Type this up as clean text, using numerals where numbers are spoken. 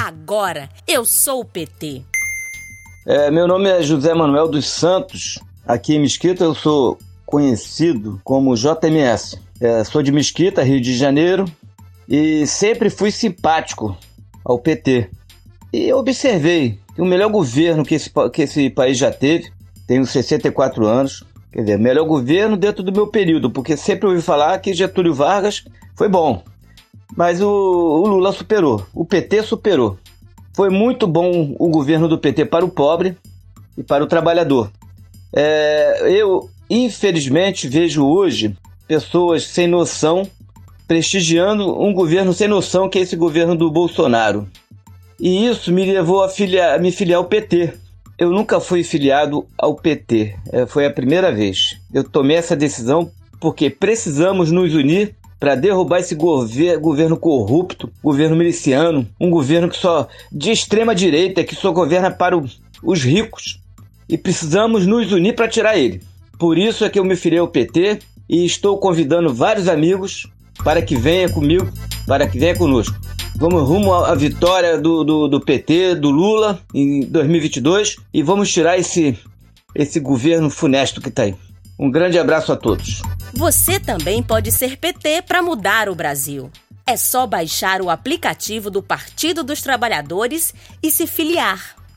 Agora eu sou o PT. Meu nome é José Manuel dos Santos. Aqui em Mesquita eu sou conhecido como JMS. Sou de Mesquita, Rio de Janeiro, e sempre fui simpático ao PT. E observei que o melhor governo que esse país já teve, tenho 64 anos, quer dizer, melhor governo dentro do meu período, porque sempre ouvi falar que Getúlio Vargas foi bom, mas o Lula superou, o PT superou. Foi muito bom o governo do PT para o pobre e para o trabalhador. Eu, infelizmente, vejo hoje pessoas sem noção prestigiando um governo sem noção, que é esse governo do Bolsonaro. E isso me levou a me filiar ao PT. Eu nunca fui filiado ao PT, foi a primeira vez. Eu tomei essa decisão porque precisamos nos unir para derrubar esse governo corrupto, governo miliciano, um governo de extrema direita, que só governa para os ricos. E precisamos nos unir para tirar ele. Por isso é que eu me filiei ao PT e estou convidando vários amigos para que venham comigo, para que venham conosco. Vamos rumo à vitória do PT, do Lula, em 2022, e vamos tirar esse governo funesto que está aí. Um grande abraço a todos. Você também pode ser PT para mudar o Brasil. É só baixar o aplicativo do Partido dos Trabalhadores e se filiar.